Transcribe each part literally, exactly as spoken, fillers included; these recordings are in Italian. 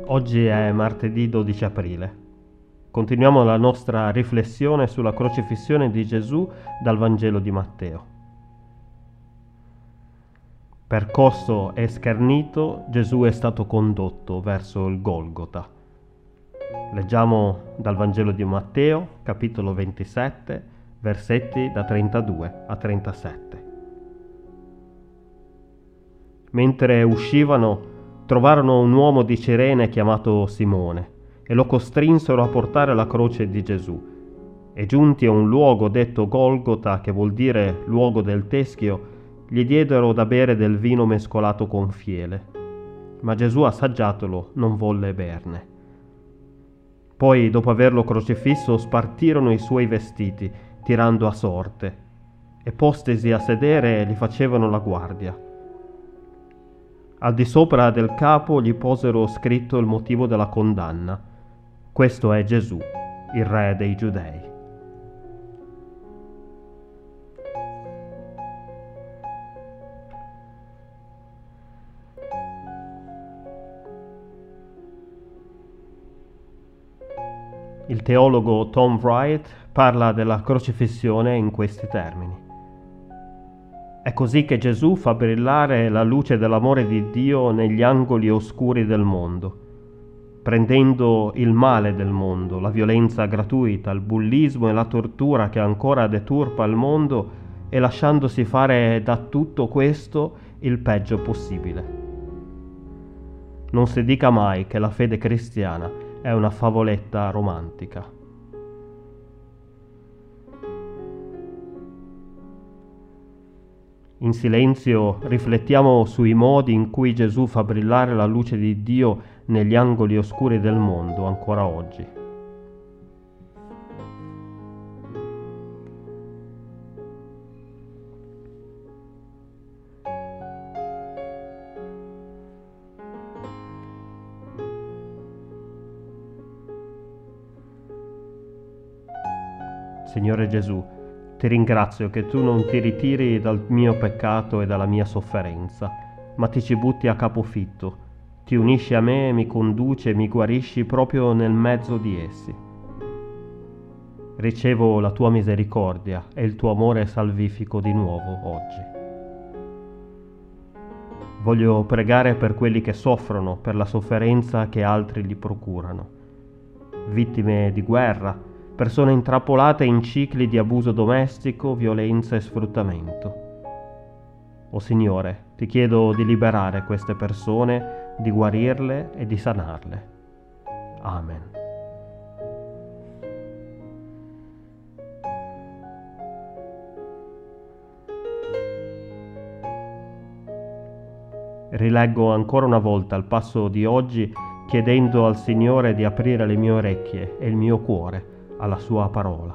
Oggi è martedì dodici aprile. Continuiamo la nostra riflessione sulla crocifissione di Gesù dal Vangelo di Matteo. Percosso e schernito, Gesù è stato condotto verso il Golgota. Leggiamo dal Vangelo di Matteo, capitolo ventisette, versetti da trentadue a trentasette. Mentre uscivano, trovarono un uomo di Cirene chiamato Simone e lo costrinsero a portare la croce di Gesù. E giunti a un luogo detto Golgota, che vuol dire luogo del teschio, gli diedero da bere del vino mescolato con fiele. Ma Gesù, assaggiatolo, non volle berne. Poi, dopo averlo crocifisso, spartirono i suoi vestiti, tirando a sorte, e postesi a sedere gli facevano la guardia. Al di sopra del capo gli posero scritto il motivo della condanna. Questo è Gesù, il Re dei Giudei. Il teologo Tom Wright parla della crocifissione in questi termini. È così che Gesù fa brillare la luce dell'amore di Dio negli angoli oscuri del mondo, prendendo il male del mondo, la violenza gratuita, il bullismo e la tortura che ancora deturpa il mondo, e lasciandosi fare da tutto questo il peggio possibile. Non si dica mai che la fede cristiana è una favoletta romantica. In silenzio riflettiamo sui modi in cui Gesù fa brillare la luce di Dio negli angoli oscuri del mondo ancora oggi. Signore Gesù, ti ringrazio che tu non ti ritiri dal mio peccato e dalla mia sofferenza, ma ti ci butti a capofitto, ti unisci a me, mi conduci e mi guarisci proprio nel mezzo di essi. Ricevo la tua misericordia e il tuo amore salvifico di nuovo oggi. Voglio pregare per quelli che soffrono per la sofferenza che altri gli procurano, vittime di guerra, persone intrappolate in cicli di abuso domestico, violenza e sfruttamento. O Signore, ti chiedo di liberare queste persone, di guarirle e di sanarle. Amen. Rileggo ancora una volta il passo di oggi, chiedendo al Signore di aprire le mie orecchie e il mio cuore alla sua parola.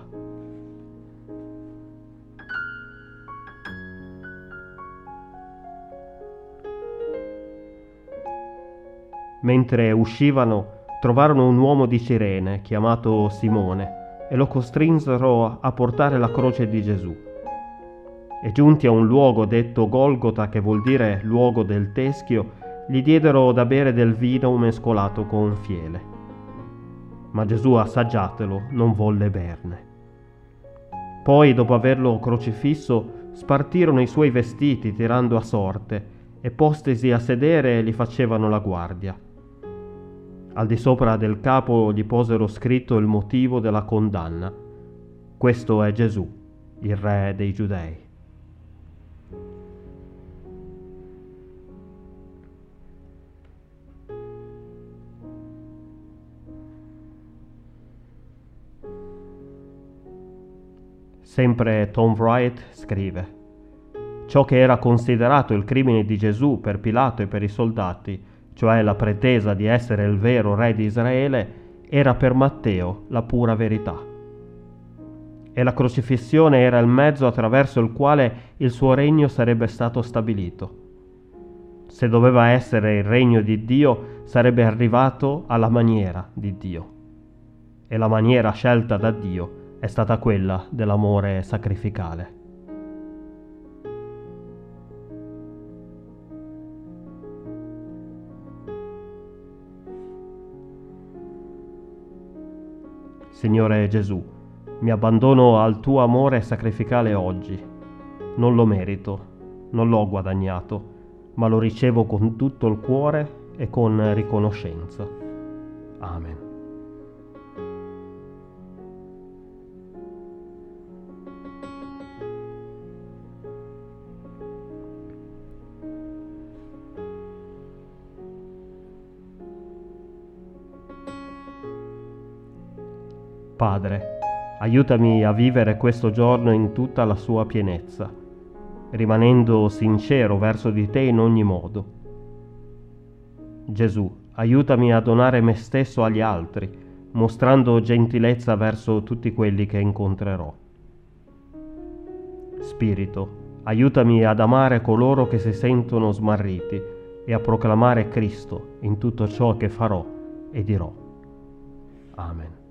Mentre uscivano, trovarono un uomo di Cirene chiamato Simone e lo costrinsero a portare la croce di Gesù. E giunti a un luogo detto Golgota, che vuol dire luogo del teschio, gli diedero da bere del vino mescolato con fiele. Ma Gesù, assaggiatelo, non volle berne. Poi, dopo averlo crocifisso, spartirono i suoi vestiti tirando a sorte, e postesi a sedere gli facevano la guardia. Al di sopra del capo gli posero scritto il motivo della condanna. Questo è Gesù, il Re dei Giudei. Sempre Tom Wright scrive: ciò che era considerato il crimine di Gesù per Pilato e per i soldati, cioè la pretesa di essere il vero re di Israele, era per Matteo la pura verità. E la crocifissione era il mezzo attraverso il quale il suo regno sarebbe stato stabilito. Se doveva essere il regno di Dio, sarebbe arrivato alla maniera di Dio. E la maniera scelta da Dio è stata quella dell'amore sacrificale. Signore Gesù, mi abbandono al tuo amore sacrificale oggi. Non lo merito, non l'ho guadagnato, ma lo ricevo con tutto il cuore e con riconoscenza. Amen. Padre, aiutami a vivere questo giorno in tutta la sua pienezza, rimanendo sincero verso di te in ogni modo. Gesù, aiutami a donare me stesso agli altri, mostrando gentilezza verso tutti quelli che incontrerò. Spirito, aiutami ad amare coloro che si sentono smarriti e a proclamare Cristo in tutto ciò che farò e dirò. Amen.